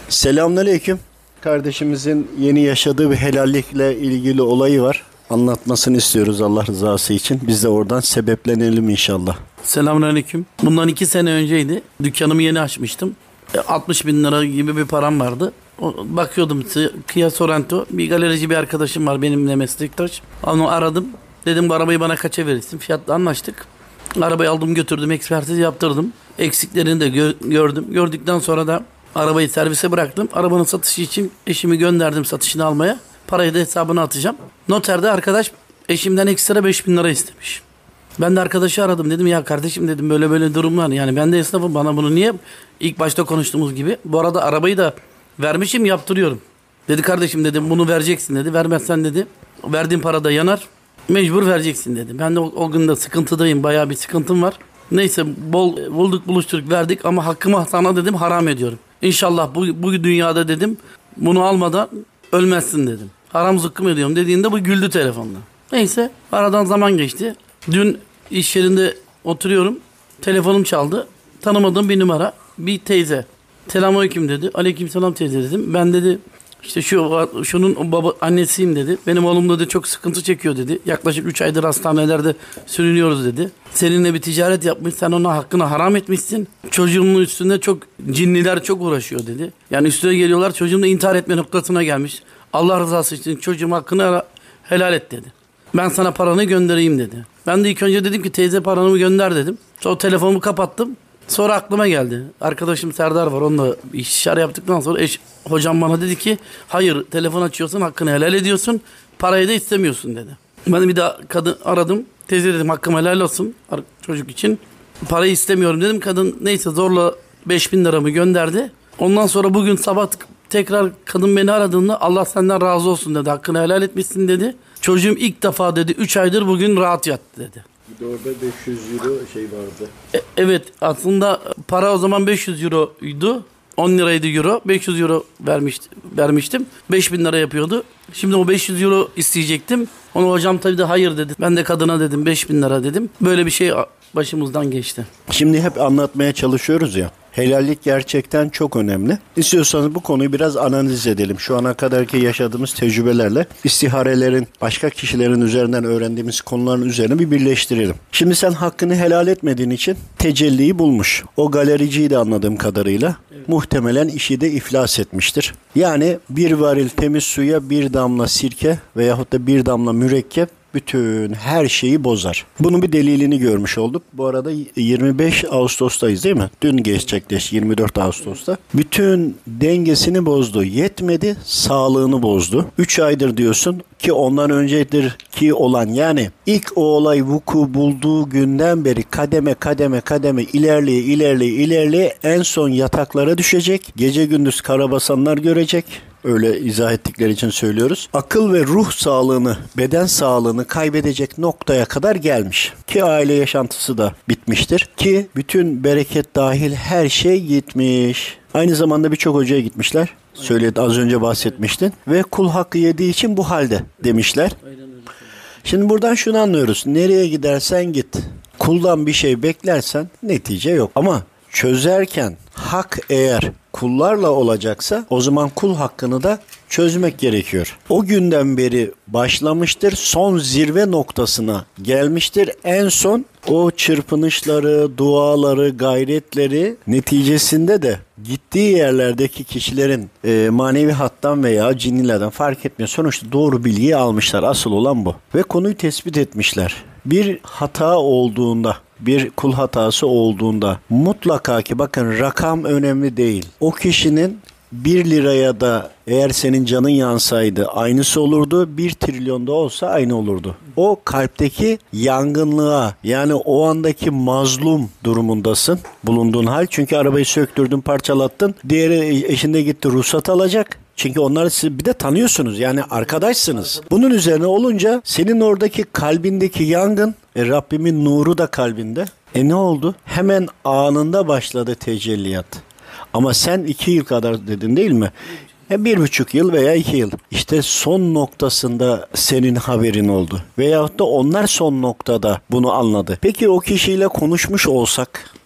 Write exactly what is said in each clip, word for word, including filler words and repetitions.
Selamünaleyküm. Kardeşimizin yeni yaşadığı bir helallikle ilgili olayı var. Anlatmasını istiyoruz Allah rızası için. Biz de oradan sebeplenelim inşallah. Selamünaleyküm. Bundan iki sene önceydi. Dükkanımı yeni açmıştım. altmış bin lira gibi bir param vardı. Bakıyordum Kia Sorento. Bir galerici bir arkadaşım var benimle meslektaş. Onu aradım. Dedim bu arabayı bana kaça verirsin? Fiyatla anlaştık. Arabayı aldım götürdüm. Ekspertiz yaptırdım. Eksiklerini de gö- gördüm. Gördükten sonra da arabayı servise bıraktım. Arabanın satışı için eşimi gönderdim satışını almaya. Parayı da hesabına atacağım. Noterde arkadaş eşimden ekstra beş bin lira istemiş. Ben de arkadaşı aradım. Dedim ya kardeşim dedim böyle böyle durumlar. Yani ben de esnafım, bana bunu niye ilk başta konuştuğumuz gibi. Bu arada arabayı da vermişim, yaptırıyorum. Dedi kardeşim dedim bunu vereceksin dedi. Vermezsen dedi verdiğin para da yanar. Mecbur vereceksin dedi. Ben de o, o gün de sıkıntıdayım. Bayağı bir sıkıntım var. Neyse bol bulduk buluşturduk verdik ama hakkımı sana dedim haram ediyorum. İnşallah bu, bu dünyada dedim bunu almadan ölmezsin dedim. Haram zıkkım ediyorum dediğinde bu güldü telefonla. Neyse aradan zaman geçti. Dün iş yerinde oturuyorum. Telefonum çaldı. Tanımadığım bir numara. Bir teyze. Selamünaleyküm dedi. Aleykümselam teyze dedim. Ben dedi işte şu şunun baba annesiyim dedi. Benim oğlum dedi çok sıkıntı çekiyor dedi. Yaklaşık üç aydır hastanelerde sürünüyoruz dedi. Seninle bir ticaret yapmış. Sen ona hakkını haram etmişsin. Çocuğumun üstünde çok cinniler çok uğraşıyor dedi. Yani üstüne geliyorlar. Çocuğum da intihar etme noktasına gelmiş. Allah rızası için çocuğum hakkını helal et dedi. Ben sana paranı göndereyim dedi. Ben de ilk önce dedim ki teyze paranı gönder dedim. Sonra telefonumu kapattım. Sonra aklıma geldi. Arkadaşım Serdar var. Onunla istişare yaptıktan sonra eş, hocam bana dedi ki hayır telefon açıyorsun hakkını helal ediyorsun. Parayı da istemiyorsun dedi. Ben bir daha kadın aradım. Teyze dedim hakkım helal olsun çocuk için. Parayı istemiyorum dedim. Kadın neyse zorla beş bin liramı gönderdi. Ondan sonra bugün sabah tekrar kadın beni aradığında Allah senden razı olsun dedi. Hakkını helal etmişsin dedi. Çocuğum ilk defa dedi üç aydır bugün rahat yattı dedi. Bir de orada beş yüz euro şey vardı. E, evet aslında para o zaman beş yüz euroydu. on liraydı euro. beş yüz euro vermişti, vermiştim. beş bin lira yapıyordu. Şimdi o beş yüz euro isteyecektim. Onu hocam tabii de hayır dedi. Ben de kadına dedim beş bin lira dedim. Böyle bir şey başımızdan geçti. Şimdi hep anlatmaya çalışıyoruz ya. Helallik gerçekten çok önemli. İstiyorsanız bu konuyu biraz analiz edelim. Şu ana kadarki yaşadığımız tecrübelerle istiharelerin, başka kişilerin üzerinden öğrendiğimiz konuların üzerine bir birleştirelim. Şimdi sen hakkını helal etmediğin için tecelliyi bulmuş. O galericiyi de anladığım kadarıyla evet. Muhtemelen işi de iflas etmiştir. Yani bir varil temiz suya bir damla sirke veyahut da bir damla mürekkep bütün her şeyi bozar. Bunun bir delilini görmüş olduk. Bu arada yirmi beş Ağustos'tayız değil mi? Dün gerçekleşti yirmi dört Ağustos'ta. Bütün dengesini bozdu. Yetmedi, sağlığını bozdu. üç aydır diyorsun ki ondan öncedir ki olan yani ilk o olay vuku bulduğu günden beri kademe kademe kademe ilerleye ilerleye ilerleye en son yataklara düşecek. Gece gündüz karabasanlar görecek. Öyle izah ettikleri için söylüyoruz. Akıl ve ruh sağlığını, beden sağlığını kaybedecek noktaya kadar gelmiş. Ki aile yaşantısı da bitmiştir. Ki bütün bereket dahil her şey gitmiş. Aynı zamanda birçok hocaya gitmişler. Söyledi, az önce bahsetmiştin. Ve kul hakkı yediği için bu halde demişler. Şimdi buradan şunu anlıyoruz. Nereye gidersen git. Kuldan bir şey beklersen netice yok. Ama çözerken hak eğer kullarla olacaksa o zaman kul hakkını da çözmek gerekiyor. O günden beri başlamıştır, son zirve noktasına gelmiştir. En son o çırpınışları, duaları, gayretleri neticesinde de gittiği yerlerdeki kişilerin e, manevi hattan veya cinnilerden fark etmiyor. Sonuçta doğru bilgiyi almışlar. Asıl olan bu. Ve konuyu tespit etmişler. Bir hata olduğunda, bir kul hatası olduğunda mutlaka ki bakın rakam önemli değil. O kişinin bir liraya da eğer senin canın yansaydı aynısı olurdu. Bir trilyonda olsa aynı olurdu. O kalpteki yangınlığa yani o andaki mazlum durumundasın bulunduğun hal. Çünkü arabayı söktürdün, parçalattın. Diğeri eşinde gitti ruhsat alacak. Çünkü onları siz bir de tanıyorsunuz. Yani arkadaşsınız. Bunun üzerine olunca senin oradaki kalbindeki yangın e, Rabbimin nuru da kalbinde. E ne oldu? Hemen anında başladı tecelliyat. Ama sen iki yıl kadar dedin değil mi? E bir buçuk yıl veya iki yıl. İşte son noktasında senin haberin oldu. Veyahut da onlar son noktada bunu anladı. Peki o kişiyle konuşmuş olsak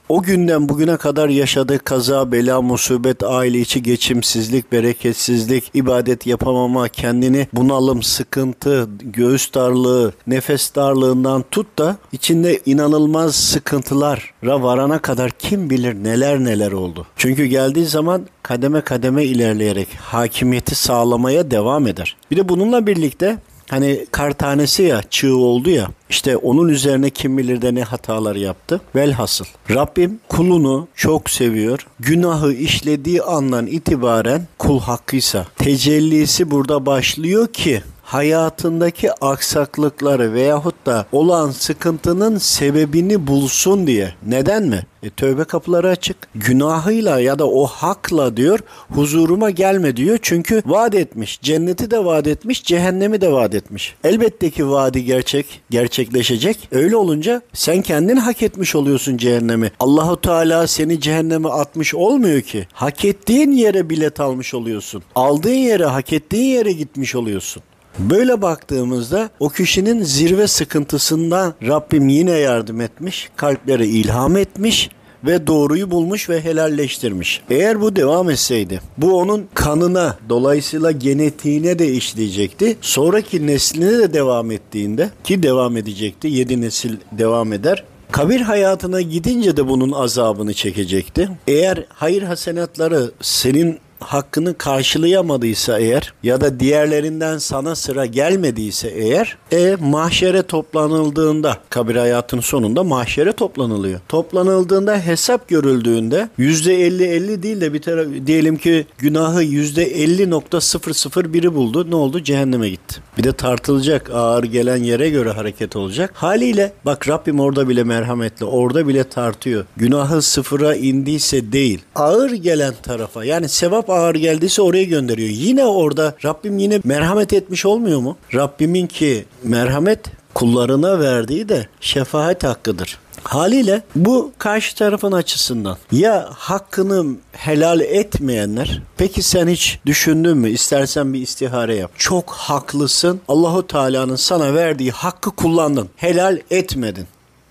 O günden bugüne kadar yaşadığı kaza, bela, musibet, aile içi geçimsizlik, bereketsizlik, ibadet yapamama, kendini bunalım, sıkıntı, göğüs darlığı, nefes darlığından tut da içinde inanılmaz sıkıntılara varana kadar kim bilir neler neler oldu. Çünkü geldiği zaman kademe kademe ilerleyerek hakimiyeti sağlamaya devam eder. Bir de bununla birlikte hani kar tanesi ya, çığ oldu ya, işte onun üzerine kim bilir de ne hatalar yaptı. Velhasıl Rabbim kulunu çok seviyor. Günahı işlediği andan itibaren kul hakkıysa tecellisi burada başlıyor ki hayatındaki aksaklıkları veyahut da olan sıkıntının sebebini bulsun diye. Neden mi? E, tövbe kapıları açık. Günahıyla ya da o hakla diyor huzuruma gelme diyor. Çünkü vaat etmiş. Cenneti de vaat etmiş, cehennemi de vaat etmiş. Elbette ki vaadi gerçek, gerçekleşecek. Öyle olunca sen kendin hak etmiş oluyorsun cehennemi. Allahu Teala seni cehenneme atmış olmuyor ki. Hak ettiğin yere bilet almış oluyorsun. Aldığın yere, hak ettiğin yere gitmiş oluyorsun. Böyle baktığımızda o kişinin zirve sıkıntısından Rabbim yine yardım etmiş, kalplere ilham etmiş ve doğruyu bulmuş ve helalleştirmiş. Eğer bu devam etseydi, bu onun kanına, dolayısıyla genetiğine de işleyecekti. Sonraki nesline de devam ettiğinde, ki devam edecekti, yedi nesil devam eder. Kabir hayatına gidince de bunun azabını çekecekti. Eğer hayır hasenatları senin hakkını karşılayamadıysa eğer ya da diğerlerinden sana sıra gelmediyse eğer e mahşere toplanıldığında, kabir hayatının sonunda mahşere toplanılıyor. Toplanıldığında, hesap görüldüğünde yüzde elli elli değil de bir taraf, diyelim ki günahı yüzde elli nokta sıfır sıfır biri buldu. Ne oldu? Cehenneme gitti. Bir de tartılacak, ağır gelen yere göre hareket olacak. Haliyle bak Rabbim orada bile merhametli, orada bile tartıyor. Günahı sıfıra indiyse değil, ağır gelen tarafa, yani sevap ağır geldiyse oraya gönderiyor. Yine orada Rabbim yine merhamet etmiş olmuyor mu? Rabbimin ki merhamet kullarına verdiği de şefaat hakkıdır. Haliyle bu karşı tarafın açısından ya hakkını helal etmeyenler, peki sen hiç düşündün mü? İstersen bir istihare yap. Çok haklısın. Allahu Teala'nın sana verdiği hakkı kullandın. Helal etmedin.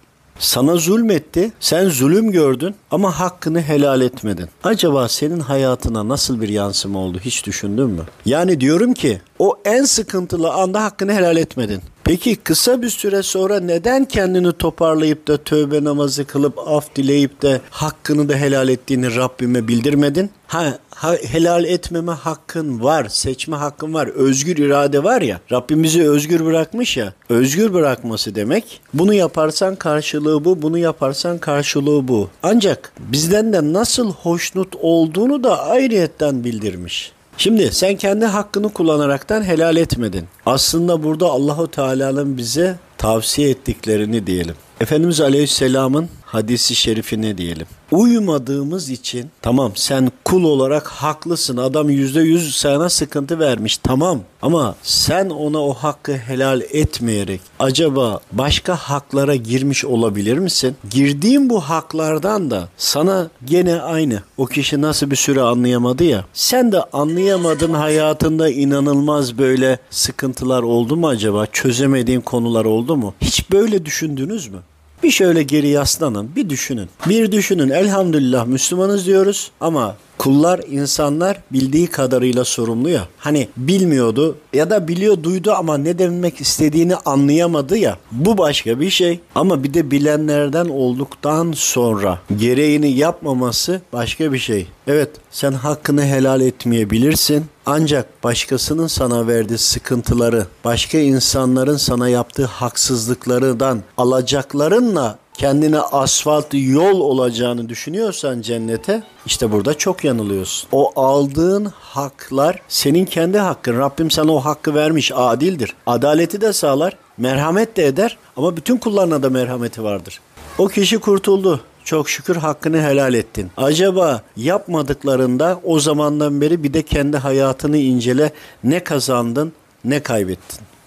Sana zulmetti, sen zulüm gördün ama hakkını helal etmedin. Acaba senin hayatına nasıl bir yansıma oldu hiç düşündün mü? Yani diyorum ki o en sıkıntılı anda hakkını helal etmedin. Peki kısa bir süre sonra neden kendini toparlayıp da tövbe namazı kılıp af dileyip de hakkını da helal ettiğini Rabbime bildirmedin? Ha, ha helal etmeme hakkın var, seçme hakkın var, özgür irade var ya, Rabbim bizi özgür bırakmış ya, özgür bırakması demek, bunu yaparsan karşılığı bu, bunu yaparsan karşılığı bu. Ancak bizden de nasıl hoşnut olduğunu da ayrıyetten bildirmiş. Şimdi sen kendi hakkını kullanaraktan helal etmedin. Aslında burada Allahu Teala'nın bize tavsiye ettiklerini diyelim. Efendimiz Aleyhisselam'ın hadisi şerifine diyelim. Uymadığımız için tamam sen kul olarak haklısın. Adam yüzde yüz sana sıkıntı vermiş tamam. Ama sen ona o hakkı helal etmeyerek acaba başka haklara girmiş olabilir misin? Girdiğin bu haklardan da sana gene aynı. O kişi nasıl bir süre anlayamadı ya. Sen de anlayamadın, hayatında inanılmaz böyle sıkıntılar oldu mu acaba? Çözemediğin konular oldu mu? Hiç böyle düşündünüz mü? Bir şöyle geri yaslanın, bir düşünün. Bir düşünün, elhamdülillah Müslümanız diyoruz ama kullar, insanlar bildiği kadarıyla sorumlu ya. Hani bilmiyordu ya da biliyor, duydu ama ne demek istediğini anlayamadı ya. Bu başka bir şey. Ama bir de bilenlerden olduktan sonra gereğini yapmaması başka bir şey. Evet, sen hakkını helal etmeyebilirsin. Ancak başkasının sana verdiği sıkıntıları, başka insanların sana yaptığı haksızlıklardan alacaklarınla kendine asfalt yol olacağını düşünüyorsan cennete, işte burada çok yanılıyorsun. O aldığın haklar senin kendi hakkın. Rabbim sana o hakkı vermiş, adildir. Adaleti de sağlar, merhamet de eder ama bütün kullarına da merhameti vardır. O kişi kurtuldu. Çok şükür hakkını helal ettin. Acaba yapmadıklarında o zamandan beri bir de kendi hayatını incele. Ne kazandın, ne kaybettin?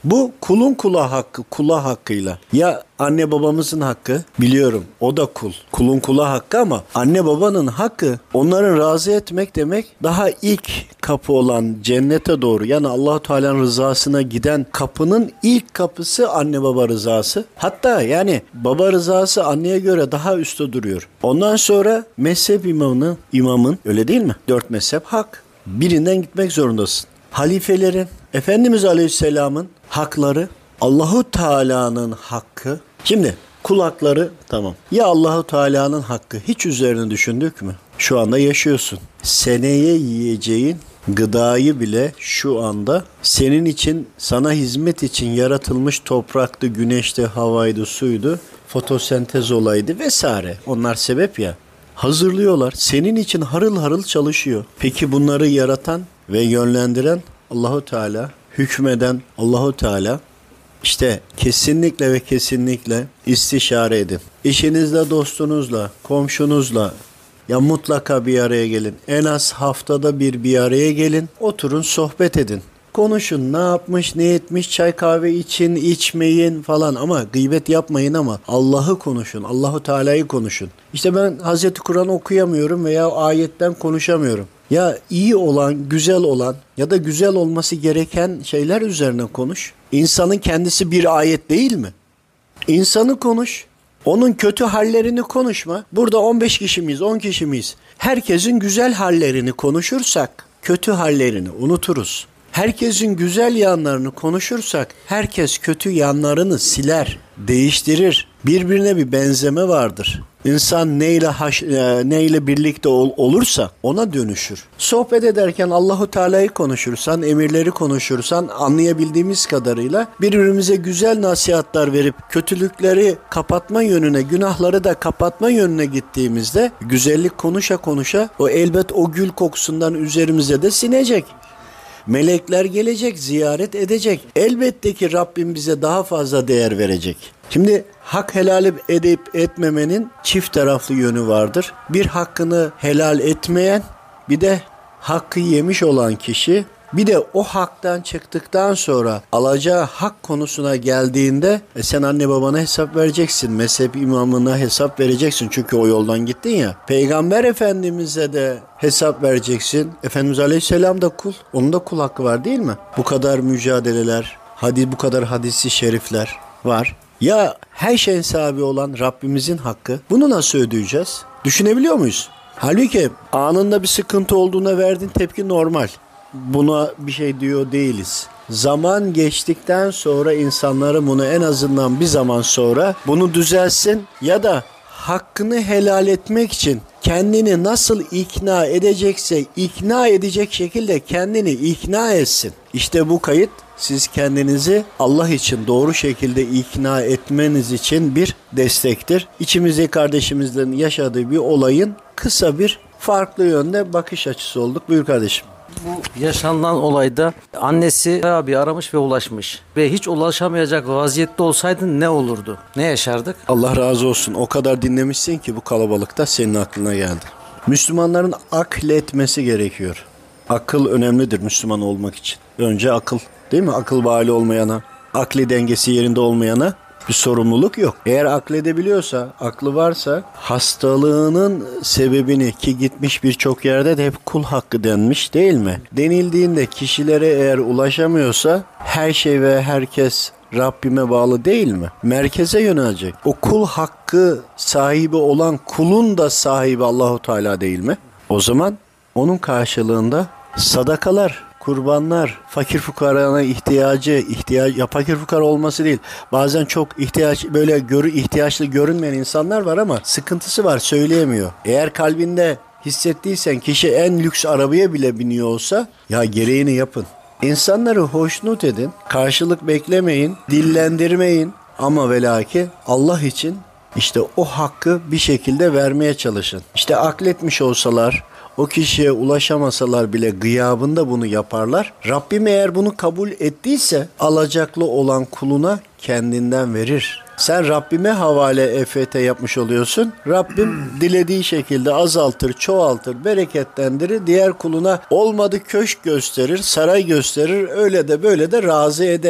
Bu kulun kula hakkı, kula hakkıyla. Ya anne babamızın hakkı, biliyorum o da kul. Kulun kula hakkı ama anne babanın hakkı onları razı etmek demek, daha ilk kapı olan cennete doğru, yani Allah-u Teala'nın rızasına giden kapının ilk kapısı anne baba rızası. Hatta yani baba rızası anneye göre daha üstte duruyor. Ondan sonra mezhep imamının, imamın, öyle değil mi? Dört mezhep hak. Birinden gitmek zorundasın. Halifelerin, Efendimiz Aleyhisselam'ın hakları, Allahu Teala'nın hakkı. Şimdi kul hakları tamam. Ya Allahu Teala'nın hakkı, hiç üzerine düşündük mü? Şu anda yaşıyorsun. Seneye yiyeceğin gıdayı bile şu anda senin için, sana hizmet için yaratılmış topraktı, güneşti, havaydı, suydu, fotosentez olaydı vesaire. Onlar sebep ya. Hazırlıyorlar. Senin için harıl harıl çalışıyor. Peki bunları yaratan ve yönlendiren Allahu Teala, hükmeden Allahu Teala. İşte kesinlikle ve kesinlikle istişare edin. İşinizle, dostunuzla, komşunuzla ya mutlaka bir araya gelin. En az haftada bir bir araya gelin. Oturun, sohbet edin. Konuşun, ne yapmış, ne etmiş, çay kahve için, içmeyin falan, ama gıybet yapmayın, ama Allah'ı konuşun, Allahu Teala'yı konuşun. İşte ben Hazreti Kur'an okuyamıyorum veya ayetten konuşamıyorum. Ya iyi olan, güzel olan ya da güzel olması gereken şeyler üzerine konuş. İnsanın kendisi bir ayet değil mi? İnsanı konuş. Onun kötü hallerini konuşma. Burada on beş kişi miyiz, on kişi miyiz? Herkesin güzel hallerini konuşursak kötü hallerini unuturuz. Herkesin güzel yanlarını konuşursak herkes kötü yanlarını siler, değiştirir. Birbirine bir benzeme vardır. İnsan neyle haş, e, neyle birlikte ol, olursa ona dönüşür. Sohbet ederken Allahu Teala'yı konuşursan, emirleri konuşursan, anlayabildiğimiz kadarıyla birbirimize güzel nasihatler verip kötülükleri kapatma yönüne, günahları da kapatma yönüne gittiğimizde güzellik konuşa konuşa o elbet o gül kokusundan üzerimize de sinecek. Melekler gelecek, ziyaret edecek. Elbette ki Rabbim bize daha fazla değer verecek. Şimdi hak helal edip etmemenin çift taraflı yönü vardır. Bir hakkını helal etmeyen, bir de hakkı yemiş olan kişi, bir de o haktan çıktıktan sonra alacağı hak konusuna geldiğinde e sen anne babana hesap vereceksin. Mezhep imamına hesap vereceksin. Çünkü o yoldan gittin ya. Peygamber Efendimiz'e de hesap vereceksin. Efendimiz Aleyhisselam da kul. Onun da kul hakkı var değil mi? Bu kadar mücadeleler, hadi bu kadar hadisi şerifler var. Ya her şeyin sahibi olan Rabbimizin hakkı. Bunu nasıl ödeyeceğiz? Düşünebiliyor muyuz? Halbuki anında bir sıkıntı olduğuna verdiğin tepki normal. Buna bir şey diyor değiliz. Zaman geçtikten sonra insanları bunu en azından bir zaman sonra bunu düzelsin ya da hakkını helal etmek için kendini nasıl ikna edecekse ikna edecek şekilde kendini ikna etsin. İşte bu kayıt siz kendinizi Allah için doğru şekilde ikna etmeniz için bir destektir. İçimizde kardeşimizin yaşadığı bir olayın kısa bir farklı yönde bakış açısı olduk. Buyur kardeşim. Bu yaşanılan olayda annesi abi aramış ve ulaşmış. Ve hiç ulaşamayacak vaziyette olsaydın ne olurdu? Ne yaşardık? Allah razı olsun. O kadar dinlemişsin ki bu kalabalıkta senin aklına geldi. Müslümanların akletmesi gerekiyor. Akıl önemlidir Müslüman olmak için. Önce akıl, değil mi? Akıl bali olmayana, akli dengesi yerinde olmayana bir sorumluluk yok. Eğer akledebiliyorsa, aklı varsa hastalığının sebebini, ki gitmiş birçok yerde de hep kul hakkı denmiş değil mi? Denildiğinde kişilere eğer ulaşamıyorsa her şey ve herkes Rabbime bağlı değil mi? Merkeze yönelecek. O kul hakkı sahibi olan kulun da sahibi Allahu Teala değil mi? O zaman onun karşılığında sadakalar, kurbanlar, fakir fukarana ihtiyacı, ihtiyaç ya fakir fukara olması değil. Bazen çok ihtiyaç böyle görü ihtiyaçlı görünmeyen insanlar var ama sıkıntısı var, söyleyemiyor. Eğer kalbinde hissettiysen kişi en lüks arabaya bile biniyor olsa ya gereğini yapın. İnsanları hoşnut edin, karşılık beklemeyin, dillendirmeyin ama velaki Allah için işte o hakkı bir şekilde vermeye çalışın. İşte akletmiş olsalar, o kişiye ulaşamasalar bile gıyabında bunu yaparlar. Rabbim eğer bunu kabul ettiyse alacaklı olan kuluna kendinden verir. Sen Rabbime havale E F T yapmış oluyorsun. Rabbim dilediği şekilde azaltır, çoğaltır, bereketlendirir. Diğer kuluna olmadı köşk gösterir, saray gösterir. Öyle de böyle de razı eder.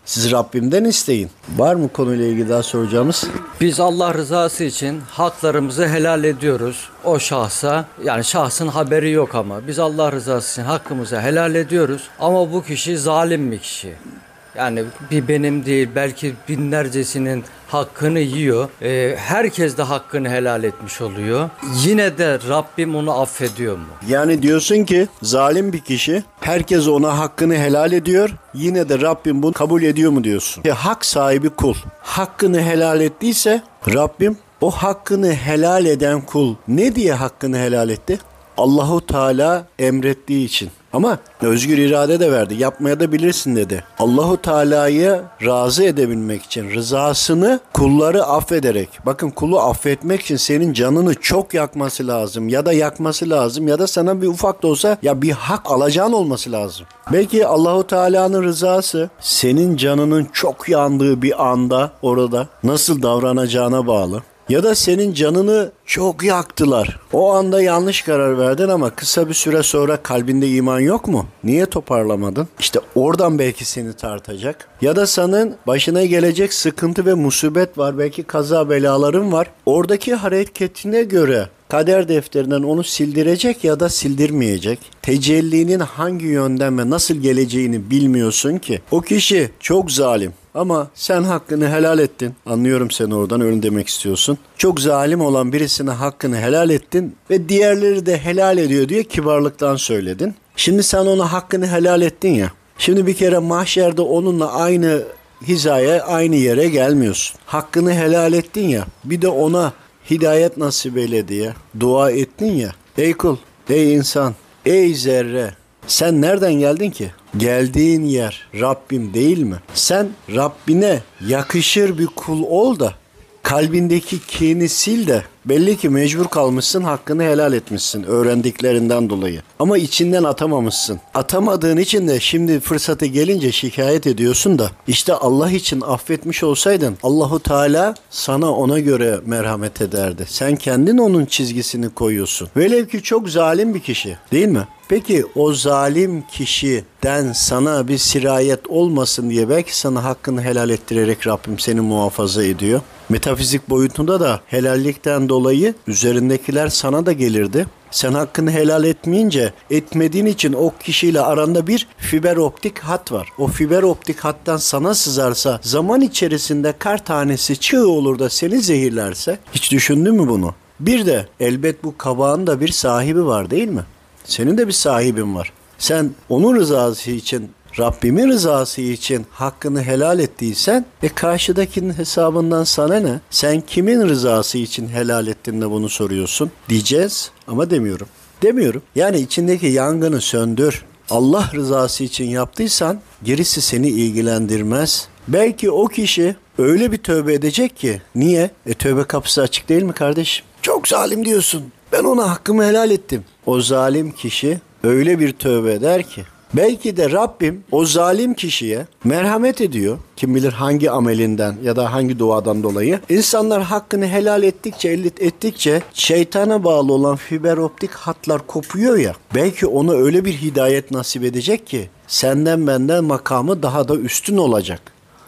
Siz Rabbimden isteyin. Var mı konuyla ilgili daha soracağımız? Biz Allah rızası için haklarımızı helal ediyoruz o şahsa. Yani şahsın haberi yok ama biz Allah rızası için hakkımızı helal ediyoruz. Ama bu kişi zalim bir kişi. Yani bir benim değil belki binlercesinin hakkını yiyor. Ee, herkes de hakkını helal etmiş oluyor. Yine de Rabbim onu affediyor mu? Yani diyorsun ki zalim bir kişi, herkes ona hakkını helal ediyor, yine de Rabbim bunu kabul ediyor mu diyorsun? E, hak sahibi kul hakkını helal ettiyse Rabbim o hakkını helal eden kul ne diye hakkını helal etti? Allahu Teala emrettiği için. Ama özgür irade de verdi. Yapmaya da bilirsin dedi. Allahu Teala'yı razı edebilmek için rızasını kulları affederek. Bakın kulu affetmek için senin canını çok yakması lazım ya da yakması lazım ya da sana bir ufak da olsa ya bir hak alacağın olması lazım. Belki Allahu Teala'nın rızası senin canının çok yandığı bir anda orada nasıl davranacağına bağlı. Ya da senin canını çok yaktılar. O anda yanlış karar verdin ama kısa bir süre sonra kalbinde iman yok mu? Niye toparlamadın? İşte oradan belki seni tartacak. Ya da senin başına gelecek sıkıntı ve musibet var. Belki kaza belaların var. Oradaki hareketine göre kader defterinden onu sildirecek ya da sildirmeyecek. Tecellinin hangi yönden ve nasıl geleceğini bilmiyorsun ki. O kişi çok zalim. Ama sen hakkını helal ettin. Anlıyorum seni oradan öyle demek istiyorsun. Çok zalim olan birisine hakkını helal ettin ve diğerleri de helal ediyor diye kibarlıktan söyledin. Şimdi sen ona hakkını helal ettin ya. Şimdi bir kere mahşerde onunla aynı hizaya, aynı yere gelmiyorsun. Hakkını helal ettin ya. Bir de ona hidayet nasip eyle diye dua ettin ya. Ey kul, ey insan, ey zerre. Sen nereden geldin ki? Geldiğin yer Rabbim değil mi? Sen Rabbine yakışır bir kul ol da kalbindeki kini sil de belli ki mecbur kalmışsın, hakkını helal etmişsin öğrendiklerinden dolayı. Ama içinden atamamışsın. Atamadığın için de şimdi fırsatı gelince şikayet ediyorsun da işte Allah için affetmiş olsaydın Allahu Teala sana ona göre merhamet ederdi. Sen kendin onun çizgisini koyuyorsun. Velev ki çok zalim bir kişi değil mi? Peki o zalim kişiden sana bir sirayet olmasın diye belki sana hakkını helal ettirerek Rabbim seni muhafaza ediyor. Metafizik boyutunda da helallikten dolayı üzerindekiler sana da gelirdi. Sen hakkını helal etmeyince, etmediğin için o kişiyle aranda bir fiber optik hat var. O fiber optik hattan sana sızarsa, zaman içerisinde kar tanesi çığ olur da seni zehirlerse, hiç düşündün mü bunu? Bir de elbet bu kabağın da bir sahibi var değil mi? Senin de bir sahibin var. Sen onun rızası için, Rabbimin rızası için hakkını helal ettiysen, e karşıdakinin hesabından sana ne? Sen kimin rızası için helal ettin de bunu soruyorsun? Diyeceğiz ama demiyorum. Demiyorum. Yani içindeki yangını söndür. Allah rızası için yaptıysan gerisi seni ilgilendirmez. Belki o kişi öyle bir tövbe edecek ki. Niye? E tövbe kapısı açık değil mi kardeşim? Çok zalim diyorsun. Ben ona hakkımı helal ettim. O zalim kişi öyle bir tövbe eder ki. Belki de Rabbim o zalim kişiye merhamet ediyor. Kim bilir hangi amelinden ya da hangi duadan dolayı. İnsanlar hakkını helal ettikçe, ellit ettikçe şeytana bağlı olan fiber optik hatlar kopuyor ya. Belki ona öyle bir hidayet nasip edecek ki senden benden makamı daha da üstün olacak.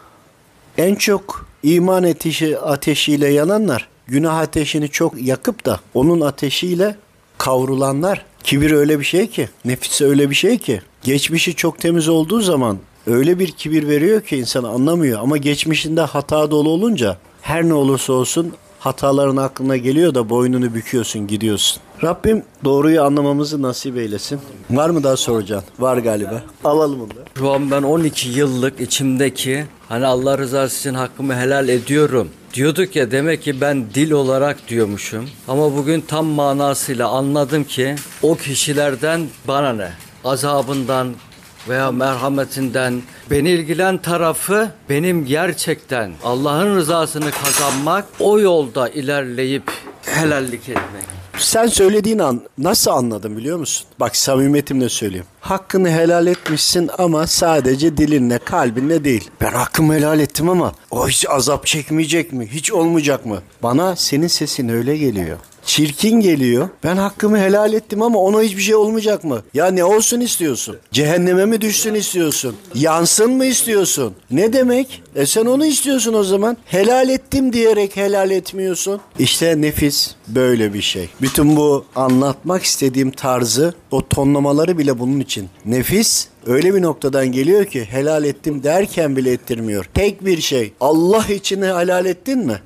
En çok iman ateşi, ateşiyle yananlar, günah ateşini çok yakıp da onun ateşiyle kavrulanlar. Kibir öyle bir şey ki, nefis öyle bir şey ki, geçmişi çok temiz olduğu zaman öyle bir kibir veriyor ki insan anlamıyor. Ama geçmişinde hata dolu olunca her ne olursa olsun hataların aklına geliyor da boynunu büküyorsun, gidiyorsun. Rabbim doğruyu anlamamızı nasip eylesin. Var mı daha soracağın? Var galiba. Alalım onu da. Şu an ben on iki yıllık içimdeki hani Allah rızası için hakkımı helal ediyorum diyorduk ya, demek ki ben dil olarak diyormuşum. Ama bugün tam manasıyla anladım ki o kişilerden bana ne? Azabından veya merhametinden beni ilgilen tarafı benim gerçekten Allah'ın rızasını kazanmak, o yolda ilerleyip helallik etmek. Sen söylediğin an nasıl anladın biliyor musun? Bak samimiyetimle söyleyeyim. Hakkını helal etmişsin ama sadece dilinle, kalbinle değil. Ben hakkımı helal ettim ama o hiç azap çekmeyecek mi? Hiç olmayacak mı? Bana senin sesin öyle geliyor. çirkin geliyor. Ben hakkımı helal ettim ama ona hiçbir şey olmayacak mı? Ya ne olsun istiyorsun? Cehenneme mi düşsün istiyorsun? Yansın mı istiyorsun? Ne demek? E sen onu istiyorsun o zaman. Helal ettim diyerek helal etmiyorsun. İşte nefis böyle bir şey. Bütün bu anlatmak istediğim tarzı, o tonlamaları bile bunun için. Nefis öyle bir noktadan geliyor ki helal ettim derken bile ettirmiyor. Tek bir şey. Allah için helal ettin mi?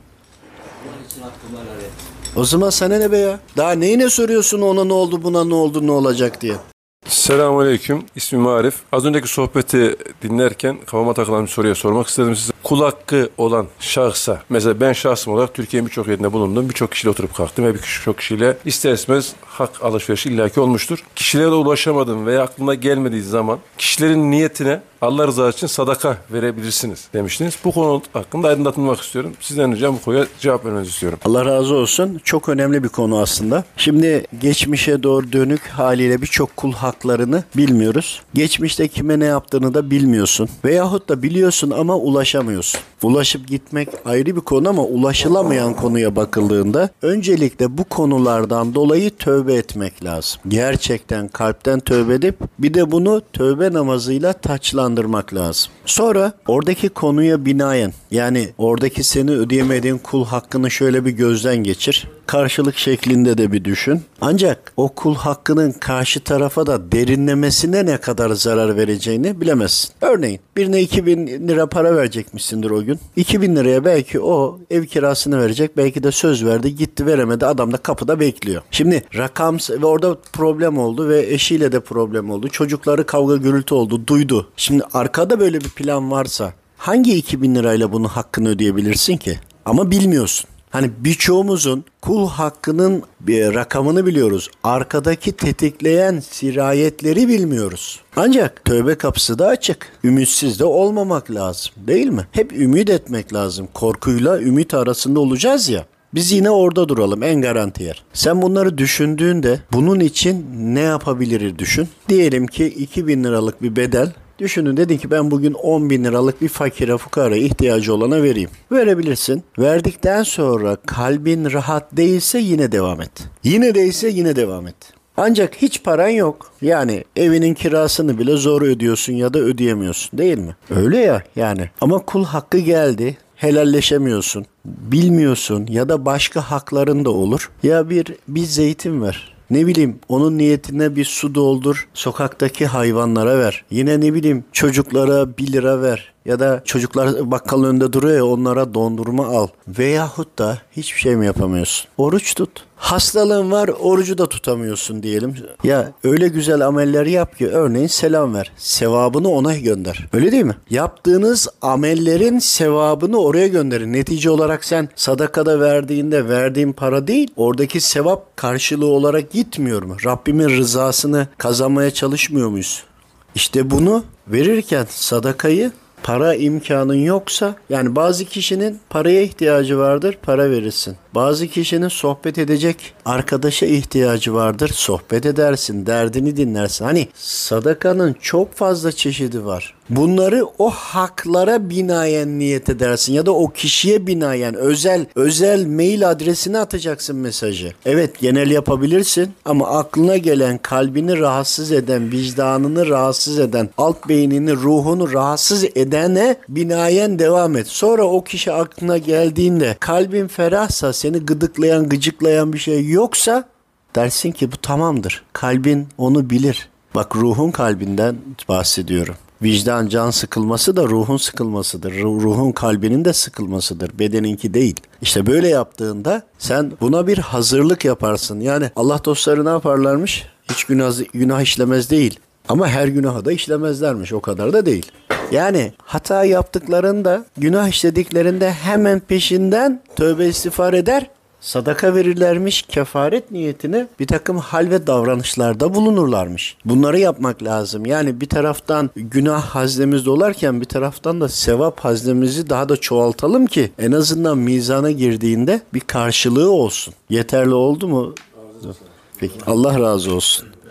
O zaman sana ne be ya? Daha neyine soruyorsun ona ne oldu, buna ne oldu, ne olacak diye. Selamünaleyküm. İsmim Arif. Az önceki sohbeti dinlerken kafama takılan bir soruya sormak istedim size. Kul hakkı olan şahsa, mesela ben şahsım olarak Türkiye'nin birçok yerinde bulundum. Birçok kişiyle oturup kalktım ve birçok kişiyle ister istemez hak alışverişi illaki olmuştur. Kişilere ulaşamadım veya aklıma gelmediği zaman kişilerin niyetine Allah rızası için sadaka verebilirsiniz demiştiniz. Bu konu hakkında aydınlatılmak istiyorum. Sizden ricam bu konuya cevap vermenizi istiyorum. Allah razı olsun. Çok önemli bir konu aslında. Şimdi geçmişe doğru dönük haliyle birçok kul haklarını bilmiyoruz. Geçmişte kime ne yaptığını da bilmiyorsun. Veyahut da biliyorsun ama ulaşamıyorsun. Ulaşıp gitmek ayrı bir konu ama ulaşılamayan konuya bakıldığında öncelikle bu konulardan dolayı tövbe etmek lazım. Gerçekten kalpten tövbe edip bir de bunu tövbe namazıyla taçlandırmak lazım. Sonra oradaki konuya binaen, yani oradaki seni ödeyemediğin kul hakkını şöyle bir gözden geçir. Karşılık şeklinde de bir düşün. Ancak o kul hakkının karşı tarafa da derinlemesine ne kadar zarar vereceğini bilemezsin. Örneğin birine iki bin lira para verecekmişsindir o gün. iki bin liraya belki o ev kirasını verecek. Belki de söz verdi, gitti veremedi. Adam da kapıda bekliyor. Şimdi rakam ve orada problem oldu ve eşiyle de problem oldu. Çocukları kavga gürültü oldu, duydu. Şimdi arkada böyle bir plan varsa hangi iki bin lirayla bunun hakkını ödeyebilirsin ki? Ama bilmiyorsun. Hani birçoğumuzun kul hakkının bir rakamını biliyoruz. Arkadaki tetikleyen sirayetleri bilmiyoruz. Ancak tövbe kapısı da açık. Ümitsiz de olmamak lazım, değil mi? Hep ümit etmek lazım. Korkuyla ümit arasında olacağız ya. Biz yine orada duralım, en garanti yer. Sen bunları düşündüğünde bunun için ne yapabiliriz düşün. Diyelim ki iki bin liralık bir bedel. Düşünün, dedin ki ben bugün on bin liralık bir fakire fukara ihtiyacı olana vereyim. Verebilirsin. Verdikten sonra kalbin rahat değilse yine devam et. Yine değilse yine devam et. Ancak hiç paran yok. Yani evinin kirasını bile zor ödüyorsun ya da ödeyemiyorsun, değil mi? Öyle ya yani. Ama kul hakkı geldi. Helalleşemiyorsun. Bilmiyorsun ya da başka hakların da olur. Ya bir bir zeytin ver. Ne bileyim onun niyetine bir su doldur, sokaktaki hayvanlara ver. Yine ne bileyim çocuklara bir lira ver. Ya da çocuklar bakkalın önünde duruyor ya, onlara dondurma al. Veyahut da hiçbir şey mi yapamıyorsun? Oruç tut. Hastalığın var, orucu da tutamıyorsun diyelim. Ya öyle güzel ameller yap ki, örneğin selam ver. Sevabını ona gönder. Öyle değil mi? Yaptığınız amellerin sevabını oraya gönderin. Netice olarak sen sadakada verdiğinde verdiğin para değil, oradaki sevap karşılığı olarak gitmiyor mu? Rabbimin rızasını kazanmaya çalışmıyor muyuz? İşte bunu verirken sadakayı, para imkanın yoksa, yani bazı kişinin paraya ihtiyacı vardır, para verirsin. Bazı kişinin sohbet edecek arkadaşa ihtiyacı vardır, sohbet edersin, derdini dinlersin. Hani sadakanın çok fazla çeşidi var. Bunları o haklara binaen niyet edersin ya da o kişiye binaen özel özel mail adresine atacaksın mesajı. Evet, genel yapabilirsin ama aklına gelen, kalbini rahatsız eden, vicdanını rahatsız eden, alt beynini, ruhunu rahatsız edene binaen devam et. Sonra o kişi aklına geldiğinde kalbin ferahsa, seni gıdıklayan, gıcıklayan bir şey yoksa dersin ki bu tamamdır. Kalbin onu bilir. Bak, ruhun kalbinden bahsediyorum. Vicdan, can sıkılması da ruhun sıkılmasıdır. Ruhun kalbinin de sıkılmasıdır. Bedeninki değil. İşte böyle yaptığında sen buna bir hazırlık yaparsın. Yani Allah dostları ne yaparlarmış? Hiç günah, günah işlemez değil. Ama her günahı da işlemezlermiş. O kadar da değil. Yani hata yaptıklarında, günah işlediklerinde hemen peşinden tövbe istiğfar eder, sadaka verirlermiş, kefaret niyetine bir takım hal ve davranışlarda bulunurlarmış. Bunları yapmak lazım. Yani bir taraftan günah haznemiz dolarken bir taraftan da sevap haznemizi daha da çoğaltalım ki en azından mizana girdiğinde bir karşılığı olsun. Yeterli oldu mu? Peki, Allah razı olsun.